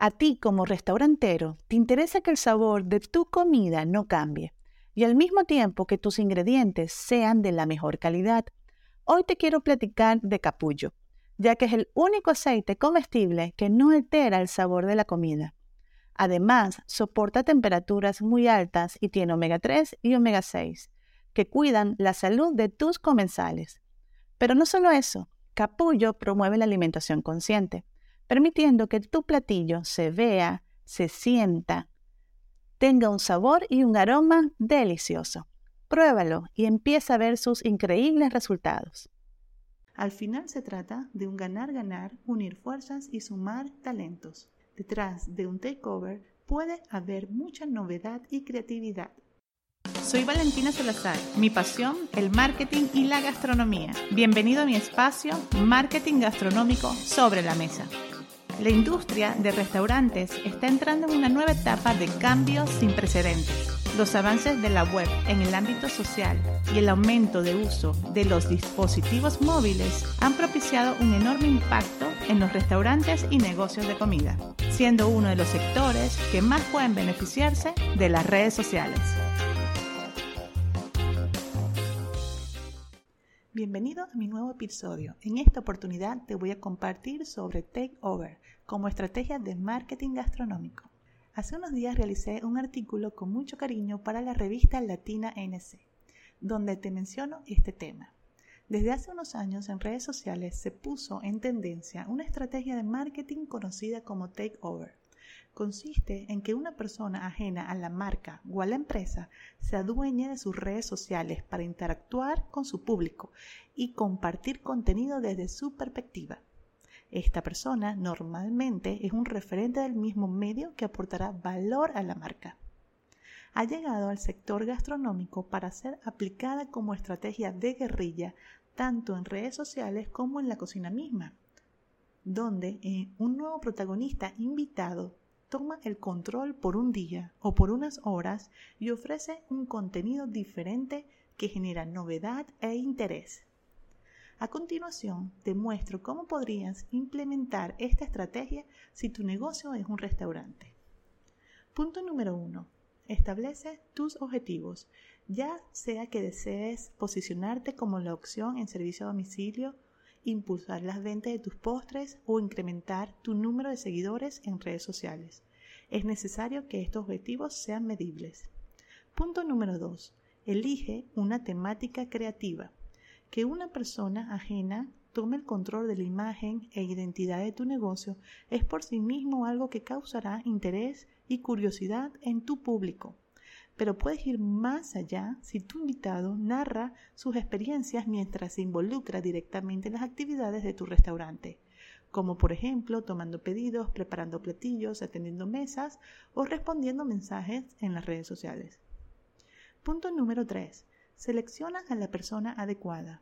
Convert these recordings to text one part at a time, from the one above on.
A ti como restaurantero, te interesa que el sabor de tu comida no cambie y al mismo tiempo que tus ingredientes sean de la mejor calidad. Hoy te quiero platicar de capullo, ya que es el único aceite comestible que no altera el sabor de la comida. Además, soporta temperaturas muy altas y tiene omega 3 y omega 6, que cuidan la salud de tus comensales. Pero no solo eso, capullo promueve la alimentación consciente, permitiendo que tu platillo se vea, se sienta, tenga un sabor y un aroma delicioso. Pruébalo y empieza a ver sus increíbles resultados. Al final se trata de un ganar-ganar, unir fuerzas y sumar talentos. Detrás de un takeover puede haber mucha novedad y creatividad. Soy Valentina Salazar, mi pasión, el marketing y la gastronomía. Bienvenido a mi espacio Marketing Gastronómico sobre la Mesa. La industria de restaurantes está entrando en una nueva etapa de cambios sin precedentes. Los avances de la web en el ámbito social y el aumento de uso de los dispositivos móviles han propiciado un enorme impacto en los restaurantes y negocios de comida, siendo uno de los sectores que más pueden beneficiarse de las redes sociales. Bienvenido a mi nuevo episodio. En esta oportunidad te voy a compartir sobre Takeover como estrategia de marketing gastronómico. Hace unos días realicé un artículo con mucho cariño para la revista Latina NC, donde te menciono este tema. Desde hace unos años en redes sociales se puso en tendencia una estrategia de marketing conocida como Takeover. Consiste en que una persona ajena a la marca o a la empresa se adueñe de sus redes sociales para interactuar con su público y compartir contenido desde su perspectiva. Esta persona normalmente es un referente del mismo medio que aportará valor a la marca. Ha llegado al sector gastronómico para ser aplicada como estrategia de guerrilla tanto en redes sociales como en la cocina misma, donde un nuevo protagonista invitado toma el control por un día o por unas horas y ofrece un contenido diferente que genera novedad e interés. A continuación, te muestro cómo podrías implementar esta estrategia si tu negocio es un restaurante. Punto número 1. Establece tus objetivos, ya sea que desees posicionarte como la opción en servicio a domicilio, impulsar las ventas de tus postres o incrementar tu número de seguidores en redes sociales. Es necesario que estos objetivos sean medibles. Punto número 2. Elige una temática creativa. Que una persona ajena tome el control de la imagen e identidad de tu negocio es por sí mismo algo que causará interés y curiosidad en tu público. Pero puedes ir más allá si tu invitado narra sus experiencias mientras se involucra directamente en las actividades de tu restaurante, como por ejemplo tomando pedidos, preparando platillos, atendiendo mesas o respondiendo mensajes en las redes sociales. Punto número 3. Selecciona a la persona adecuada.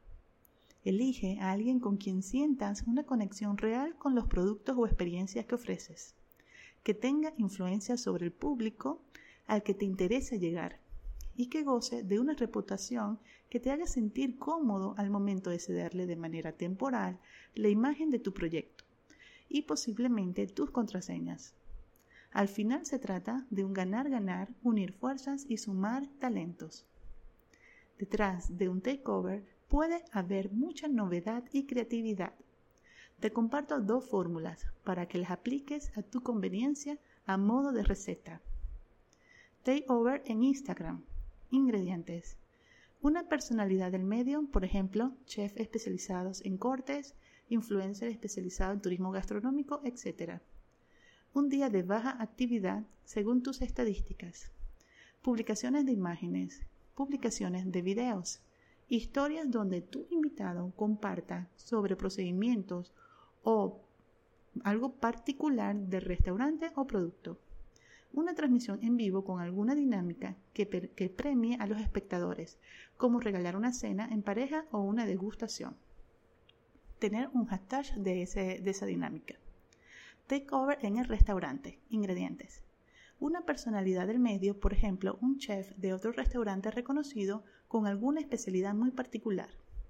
Elige a alguien con quien sientas una conexión real con los productos o experiencias que ofreces, que tenga influencia sobre el público al que te interesa llegar y que goce de una reputación que te haga sentir cómodo al momento de cederle de manera temporal la imagen de tu proyecto y posiblemente tus contraseñas. Al final se trata de un ganar-ganar, unir fuerzas y sumar talentos. Detrás de un takeover puede haber mucha novedad y creatividad. Te comparto 2 fórmulas para que las apliques a tu conveniencia a modo de receta. Takeover en Instagram. Ingredientes. Una personalidad del medio, por ejemplo, chefs especializados en cortes, influencer especializado en turismo gastronómico, etc. Un día de baja actividad según tus estadísticas. Publicaciones de imágenes, publicaciones de videos, historias donde tu invitado comparta sobre procedimientos o algo particular del restaurante o producto. Una transmisión en vivo con alguna dinámica que premie a los espectadores, como regalar una cena en pareja o una degustación. Tener un hashtag de esa dinámica. Takeover en el restaurante. Ingredientes. Una personalidad del medio, por ejemplo, un chef de otro restaurante reconocido con alguna especialidad muy particular.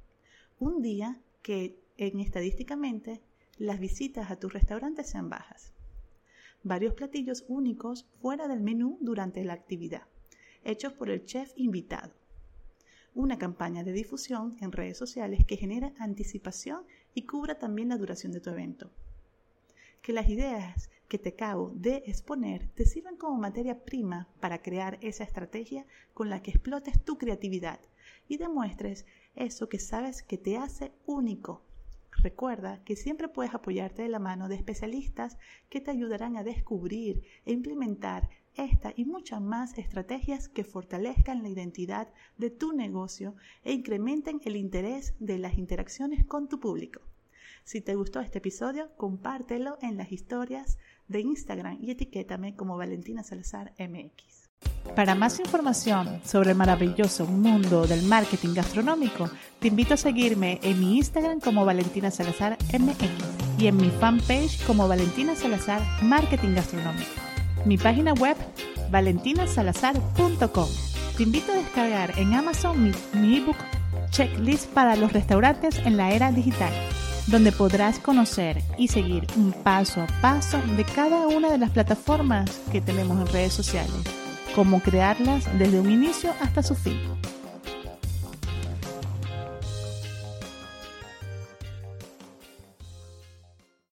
Un día que estadísticamente las visitas a tu restaurante sean bajas. varios platillos únicos fuera del menú durante la actividad, hechos por el chef invitado. Una campaña de difusión en redes sociales que genera anticipación y cubra también la duración de tu evento. Que las ideas que te acabo de exponer te sirvan como materia prima para crear esa estrategia con la que explotes tu creatividad y demuestres eso que sabes que te hace único. Recuerda que siempre puedes apoyarte de la mano de especialistas que te ayudarán a descubrir e implementar esta y muchas más estrategias que fortalezcan la identidad de tu negocio e incrementen el interés de las interacciones con tu público. Si te gustó este episodio, compártelo en las historias de Instagram y etiquétame como Valentina Salazar MX. Para más información sobre el maravilloso mundo del marketing gastronómico, te invito a seguirme en mi Instagram como Valentina Salazar MX y en mi fanpage como Valentina Salazar Marketing Gastronómico. Mi página web, valentinasalazar.com. Te invito a descargar en Amazon mi ebook Checklist para los restaurantes en la era digital, donde podrás conocer y seguir un paso a paso de cada una de las plataformas que tenemos en redes sociales, cómo crearlas desde un inicio hasta su fin.